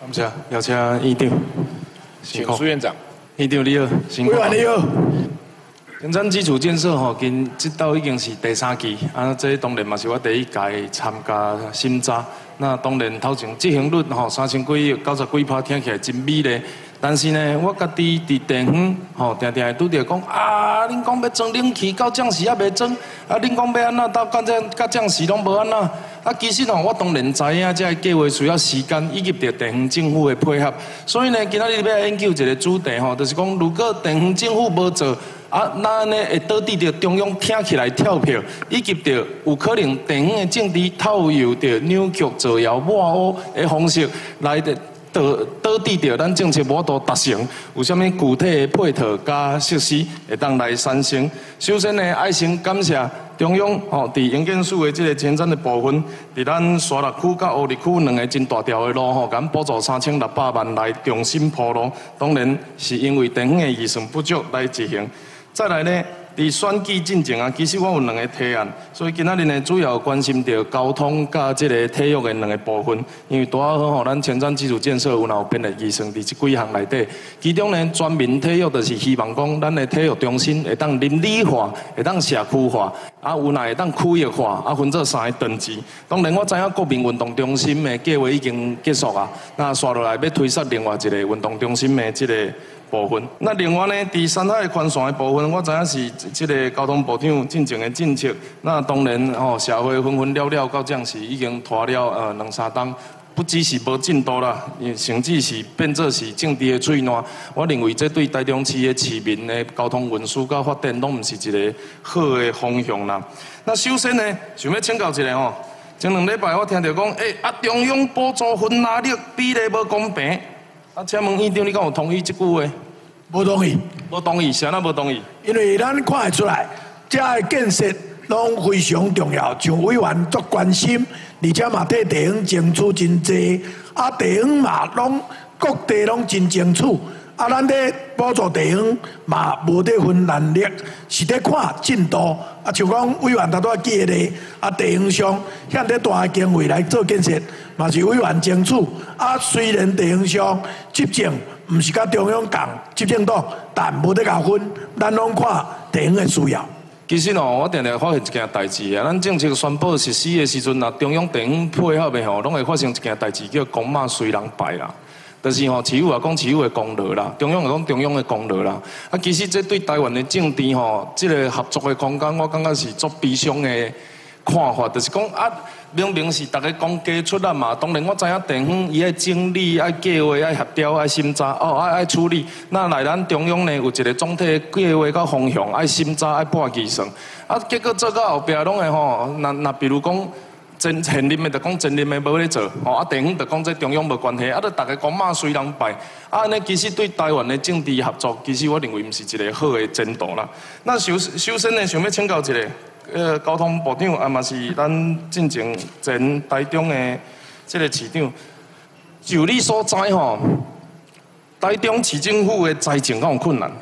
感谢，邀请院长。 请苏院长。 院长你好，辛苦。 委员你好。 前瞻基础建设吼，今这道已经是第3期，这当然嘛是我第1届参加审查。那当然头前执行率吼30几亿、90几%，听起来真美丽。但是呢，我家己伫地方吼，常常会拄着讲啊，恁讲要装冷气，到这时还袂装，啊，恁讲要安怎，到这时拢无安怎。啊，其实吼，我当然知影，这个计划需要时间，以及着地方政府的配合。所以呢，今仔日要研究一个主题吼，就是讲，如果地方政府无做，啊，那呢会导致着中央听起来跳票，以及着有可能地方的政治透由着扭曲、造谣、抹黑的方式来的。导致着咱政策无法度达成，有啥物具体的配套加设施会当来产生？首先呢，爱先感谢中央吼，伫营建署的这个前瞻的部分，伫咱沙鹿区甲乌日区2个真大条的路吼，咱补助3600万来重新铺路。当然是因为地方的预算不足来执行。再来呢，伫选举进前啊，其实我有2个提案，所以今仔日呢主要关心到交通甲这个体育的2个部分，因为大家好，咱前瞻基础建设有编列预算伫这几项内底，其中呢全民体育就是希望讲咱的体育中心会当邻里化，会当社区化，啊有哪会当区域化，啊分做3个等级。当然我知影国民运动中心的计划已经结束啊，那刷落来要推出另外一个运动中心的这个。部分，那另外呢，伫山海宽线的部分，我知影是这个交通部长进前的政策。那当然吼，社会纷纷了了，到这时已经拖了2、3冬，不只是无进度啦，甚至是变做是政治的嘴烂。我认为这对台中市的市民的交通运输甲发展，拢毋是一个好的方向啦。那首先呢，想要请教一下吼，前2礼拜我听到讲，中央补助分拉率比例无公平。啊，请问院长，你敢有同意这句话？ 无同意。 无同意，啥那无同意？ 因为咱看得出来，这个建设拢非常重要，像委员足关心，而且嘛替地方争取真济，啊地方嘛拢各地拢真争取，啊咱咧补助地方嘛无得分难力，是咧看进度。啊，像讲委员头拄记的咧，啊地方上向咧大经费来做建设。嘛是委员争取，啊，虽然地方上执政毋是甲中央共执政党，但无得搞分，咱拢看地方的需要。 其实哦，我常常发现一件代志啊，咱政策宣布实施的时阵啊，中央地方配合的吼，拢会发生一件代志，叫公马随人败啦。就是吼，市府也讲市府的功劳啦，中央也讲中央的功劳啦。啊，其实这对台湾的政治吼，这个合作的空间，我感觉是足悲伤的看法，就是讲啊。明明是大家公家出力嘛，当然我知影地方伊爱整理、爱计划、爱协调、爱审查，爱处理。那来咱中央呢有一个总体计划甲方向，爱审查、爱拨预算。啊，结果做到后壁拢会吼，那比如讲现任的就讲前任的无咧做，啊地方就讲这中央无关系，啊，就大家讲骂虽人败，啊，安尼其实对台湾的政治合作，其实我认为毋是一个好的前途啦。那首先呢，想要请教一个。交通部长啊，嘛是咱进前台中的这个市长。就你所知吼，台中市政府的财政敢有困难？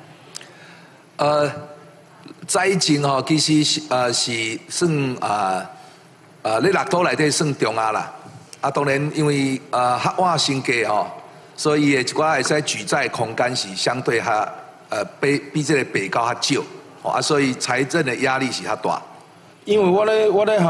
财政吼，其实是算咧6都内底算中压啦。啊，当然因为合瓦升价吼，所以一寡会使举债空间是相对较比这个北高较少。啊，所以财政的压力是较大。 因为我咧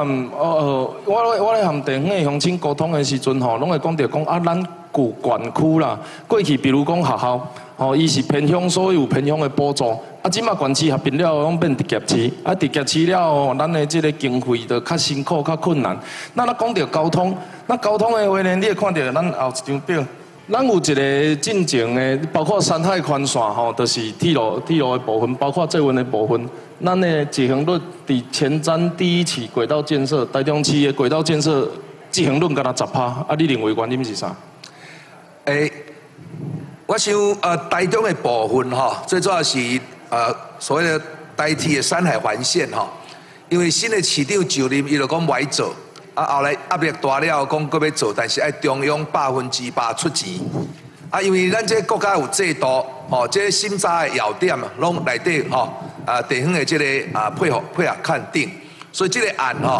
含地方的乡亲沟通的时阵吼，拢会讲到讲啊，咱旧县区啦，过去比如讲学校，吼，伊是偏乡，所以有偏乡的补助。啊，即马县市合并了，拢变直辖市。啊，直辖市了吼，咱的即个经费就较辛苦、较困难。那讲到交通，那交通的话呢，你会看到咱后一张表。咱有一个进前的，包括山海宽线吼，就是铁路的部分，包括捷运的部分。咱的执行率伫前瞻第1期轨道建设，台中市的轨道建设执行率敢若10%，啊，你认为原因是啥？ 我想台中的部分吼，最主要是所谓的台铁的山海环线吼，因为新的市长就任，伊就讲袂做。啊，后来压力大了，讲搁要做，但是爱中央100%出钱。啊，因为咱这国家有制度，吼，这审查的要点拢内底吼，地方的这个配合肯定，所以这个案吼，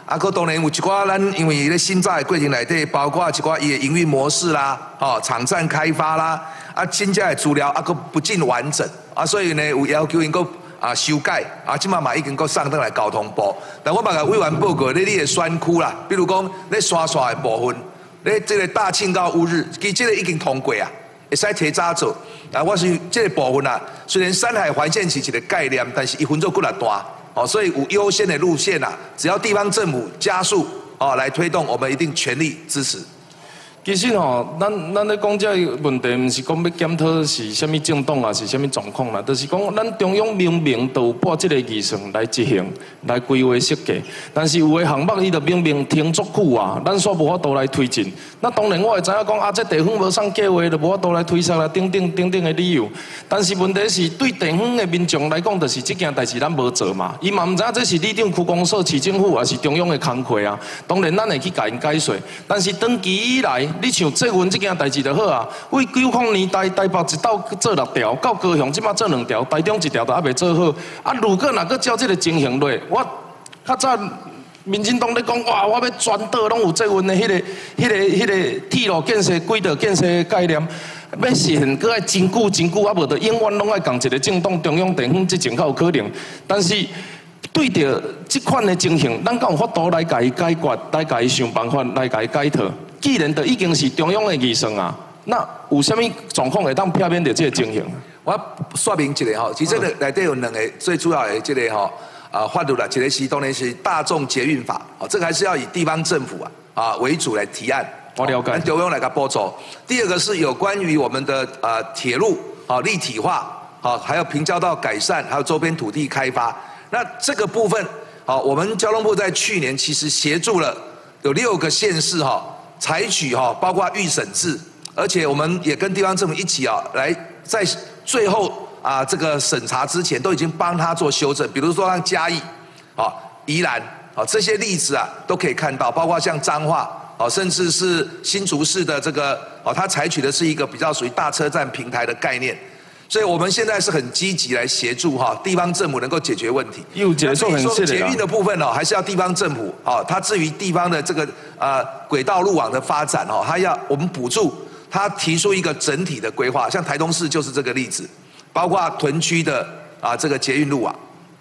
啊，佮当然有一寡咱因为咧新造的过程内底，包括一寡伊的营运模式啦，哦，场站开发啦，啊，新加的资料啊，佮不尽完整啊，所以呢有要求因佮修改啊，即嘛已经佮送登来交通部。但我嘛甲委员报告咧，你的选区啦，比如讲咧沙沙的部分，咧这个大庆到乌日，其实这个已经通过啊，会使提早做。啊，我是这个部分啊，虽然山海环线是一个概念，但是伊分做几偌大。哦，所以有优先的路线啊，只要地方政府加速哦来推动，我们一定全力支持。 其实吼，咱咧讲这个问题，毋是讲要检讨是虾米政党啊，是虾米状况啦，就是讲咱中央明明都有拨这个预算来执行、来规划设计，但是有的项目伊就明明停足久啊，咱煞无法度来推进。那当然我会知影讲啊，这地方无送计划，就无法度来推销啦，等的理由。但是问题是对地方的民众来讲，就是这件代志咱无做嘛，伊嘛毋知影这是里长、区公所、市政府还是中央的工课啊。当然咱会去甲因解说，但是长期以来。你像这阮这件代志就好啊，为90年台北一道做6条，到高雄即马做2条，台中1条都还未做好。啊，如果若个照这个情形落，我较早民进党咧讲哇，我要全岛拢有这阮的迄个铁路建设、轨道建设概念，要实现佫爱真久，啊无就永远拢爱共一个政党中央地方执政较有可能，但是。对着这款的情形，咱敢有法度来甲伊解决，来甲伊想办法，来甲伊解套。既然都已经是中央的预算啊，那有啥物状况会当避免着这个情形？ 我说明一下吼，其实这个内底有2个最主要的这个吼法律啦，一个是当然是大众捷运法，哦，这个还是要以地方政府为主来提案， 我了解。 中央来个补助。第2个是有关于我们的铁路立体化，还有平交道改善，还有周边土地开发。那这个部分，我们交通部在去年其实协助了有6个县市采取包括预审制，而且我们也跟地方政府一起来在最后这个审查之前都已经帮他做修正，比如说像嘉义、宜兰这些例子都可以看到，包括像彰化甚至是新竹市的这个它采取的是一个比较属于大车站平台的概念。所以我们现在是很积极来协助地方政府能够解决问题。 所以说捷运的部分还是要地方政府它至于地方的这个轨道路网的发展它要我们补助，它提出一个整体的规划，像台东市就是这个例子，包括屯区的这个捷运路网。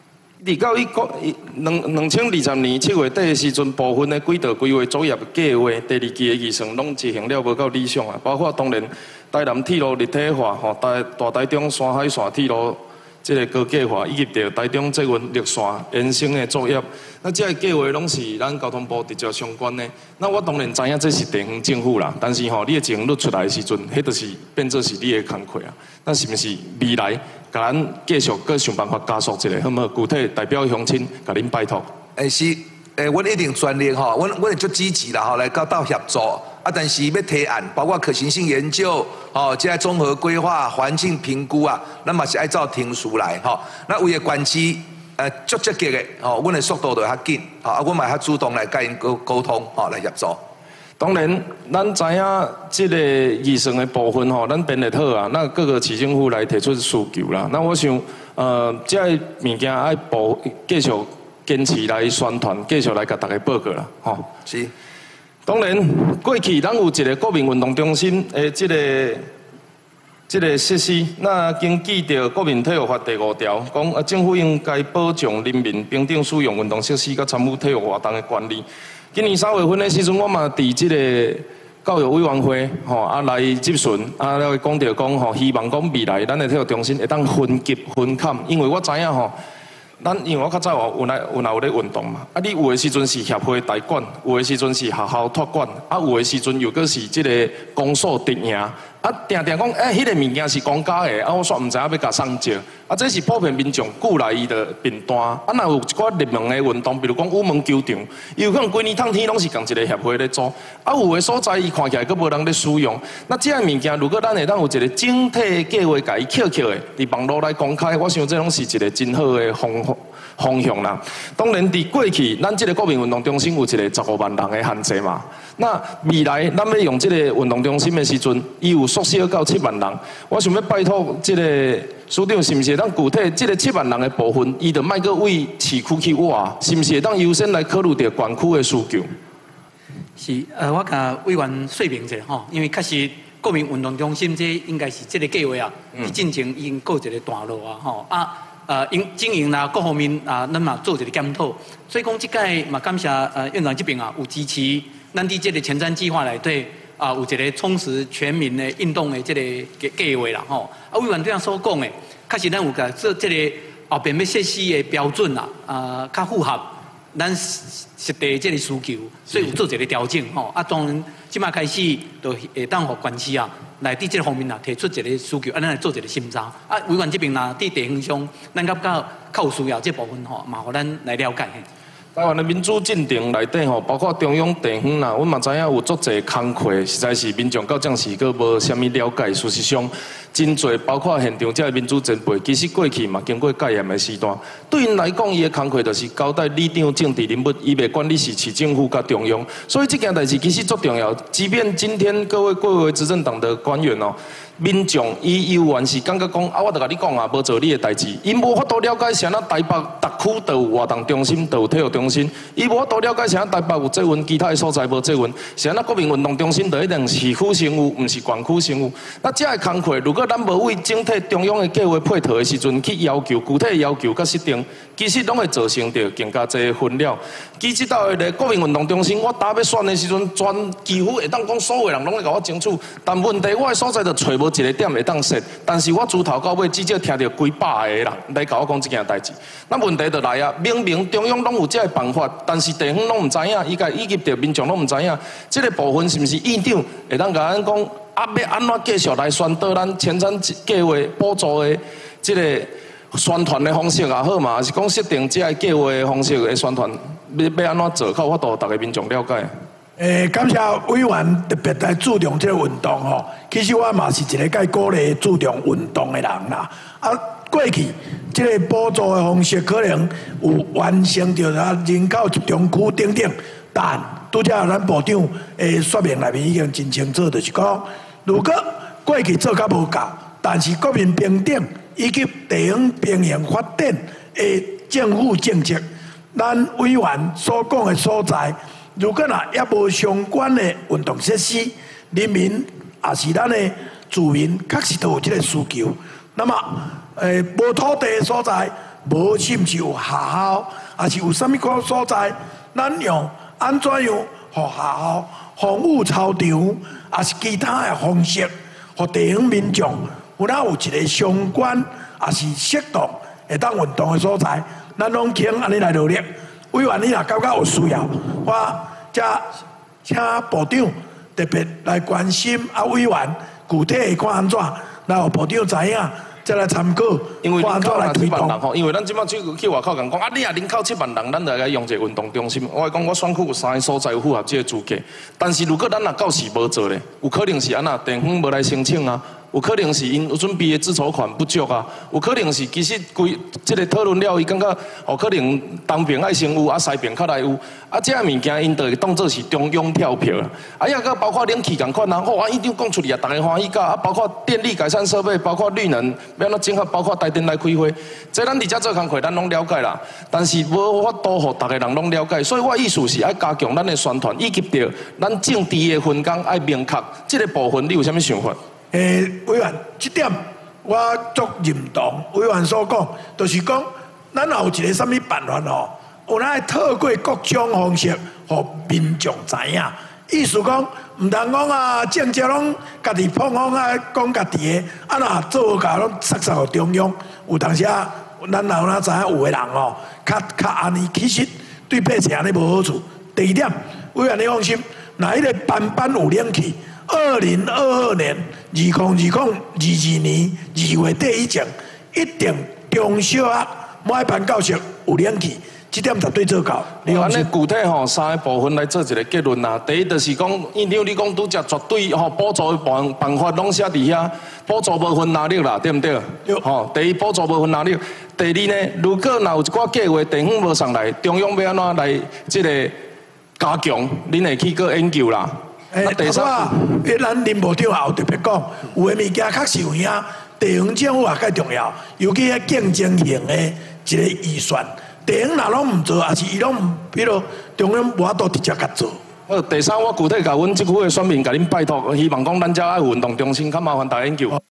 2020年7月底的时阵，部分的轨道规划作业计划第2期的预算拢执行了无够理想啊，包括当然台南铁路立体化、大台中山海线铁路这个高架化，以及着台中捷运绿线延伸的作业，那这个计划拢是咱交通部直接相关的。那我当然知影这是地方政府啦，但是你的净率出来的时阵，迄就是变做是你的工课啊。那是不是未来甲咱继续搁想办法加速一下，好唔好？具体代表乡亲甲恁拜托。 是，阮一定全力阮会足积极啦来到协助。但是要提案，包括可行性研究，这些综合规划、环境评估那嘛是按照庭书来，那为了关系，足积极的，阮的速度就较紧，阮嘛较主动来甲因沟通，来协助。 当然，咱知影这个预算的部分咱编得好啊，那各个市政府来提出需求啦。那我想，这物件爱继续坚持来宣传，继续来甲大家报告啦， 是。 当然，过去咱有一个国民运动中心的这个设施，那根据着国民体育法第5条，讲政府应该保障人民平等使用运动设施，甲参与体育活动的权利。今年3月份的时阵，我嘛伫这个教育委员会来质询，了讲着讲希望讲未来咱的体育中心会当分级分坎，因为我知影因为我较早有咧运动嘛，你有的时阵是协会代管，有的时阵是学校托管，有的时阵又搁是这个公所直营，定讲迄个物件是公家的，我煞唔知影要甲送借，这是普遍民众久来伊的评断，若有一寡热门的运动，比如讲羽毛球场，有可能规年通天拢是共一个协会咧做，有的所在伊看起来佫无人咧使用，那这物件如果咱会当有一个整体计划，甲伊扣的，伫网络来公开，我想这拢是一个真好的方向啦。当然，伫过去咱这个国民运动中心有一个15万人的限制嘛。那未来咱要用这个运动中心的时阵，伊有缩小到7万人。我想要拜托这个署长，是毋是咱具体这个7万人的部分，伊就莫搁为市区去挖，是毋是当优先来考虑到县区的需求？ 是，我甲委员说明一下吼，因为确实国民运动中心这应该是这个计划啊，进程已经过一个段落啊，吼经营啦各方面啊，咱嘛做一个检讨。所以讲这届嘛感谢院长这边啊有支持，咱伫这个前瞻计划内底啊有一个充实全民的运动的这个计划啦，吼。啊委员这样所讲的，确实咱有甲做这个后边要设施的标准啦，较符合。咱实地这个需求，所以有做一个调整吼。啊，当然，即马开始就会当互县市啊，来伫这个方面啊，提出一个需求，咱来做一个审查。啊，委员这边呐，伫地方上，咱较有需要这部分吼，嘛，互咱来了解。 台湾的民主进程内底吼，包括中央地方啦，阮嘛知影有足侪工课，实在是民众到暂时佫无虾米了解。事实上，真侪包括现场这个民主前辈，其实过去嘛经过戒严的时段，对因来讲，伊的工课就是交代里长、政治人物，伊袂管你是市政府甲中央，所以这件代志其实足重要。即便今天各位执政党的官员哦。民众伊有原是感觉讲啊，我著甲你讲啊，无做你的代志。伊无法度了解啥咱台北特区都有活动中心，都有体育中心。伊无法度了解啥咱台北有这运，其他的所在无这运。啥咱国民运动中心就一定是市区先有，毋是县区先有。那这个工课，如果咱无为整体中央的计划配套的时阵去要求具体的要求甲设定，其实拢会造成着更加侪分了。其实到个国民运动中心，我打要选的时阵，几乎会当讲所有人拢会甲我争取。但问题我的所在就找无一个点会当说，但是我自头到尾至少听到几百个人来甲我讲这件代志。那问题就来啊，明明中央拢有这个办法，但是地方拢唔知影，以及着民众拢唔知影，这个部分是毋是院长会当甲咱讲啊？要安怎继续来宣导咱前瞻计划补助的这个宣传的方式也好嘛，还是讲设定这个计划的方式的宣传，要安怎做，较有法度大家民众了解。 感谢委员特别来注重这个运动吼。其实我嘛是一个介鼓励注重运动的人啦。啊，过去这个补助的方式可能有完成着人口集中区等等，但拄则咱部长的说明内面已经真清楚，就是讲，如果过去做较无够，但是国民平等以及地方平衡发展的政府政策，咱委员所讲的所在。如果也无相关的运动设施，人民也是咱的居民，确实都有这个需求。那么，无土地的所在，无是毋是有学校，还是有啥物个所在，咱用安怎样互学校、防务操场，还是其他的方式，互地方民众有一个相关，也是适当会当运动的所在，咱拢请安尼来努力。委员，你若感觉有需要，我则请部长特别来关心啊。委员具体会看安怎，来互部长知影，再来参考。 因为人口7万人吼，因为咱即摆去外口讲，啊，你若人口7万人，咱就来用一个运动中心。我讲我选区有3个所在有符合这个资格，但是如果咱若到时无做咧，有可能是安那地方无来申请啊。有可能是因有准备的资筹款不足啊，有可能是其实这个讨论了，伊感觉可能东边爱先有，啊西边较来有，啊这物件因就会当做是中央跳票啊，啊也个包括冷气共款啊，好啊院长讲出去啊，大家欢喜甲，啊包括电力改善设备，包括绿能，要怎整合，包括台电来开会，这咱伫遮做工课，咱拢了解啦，但是无法度互大家人拢了解，所以我意思是爱加强咱的宣传，以及着咱政治的分工爱明确，这个部分你有啥物想法？ 委员，这点我足认同委员所讲，就是讲，咱有一个什么办法吼，有咱透过各种方式，互民众知影。意思讲，唔通讲啊，政策拢家己碰碰啊，讲家己的，啊若做甲拢塞互中央。有当时啊，咱也有知影有的人吼，较安尼，其实对百姓安尼无好处。第二点，委员你放心，若迄个班有冷气。2022年、2022年2月底以前，一定中小学每班教室有冷气， 这点绝对做到。你安尼放心。 具体吼三个部分来做一个结论啦。第一就是讲，院长你讲拄则绝对吼补助的办法拢写伫遐，补助无分哪力啦，对毋对？ 对。 吼，第一补助无分哪力，第二呢，如果若有一寡计划地方无上来，中央要安怎来即个加强，恁会去做研究啦。 第三，咱林部长也有特别讲，有诶物件确实有影，地方政府也较重要，尤其迄竞争型诶一个预算，地方若拢毋做，也是伊拢，比如中央无法度直接甲做。 好，第三，我具体甲阮即区诶选民甲恁拜托，希望讲咱遮爱有运动中心，较麻烦大家研究。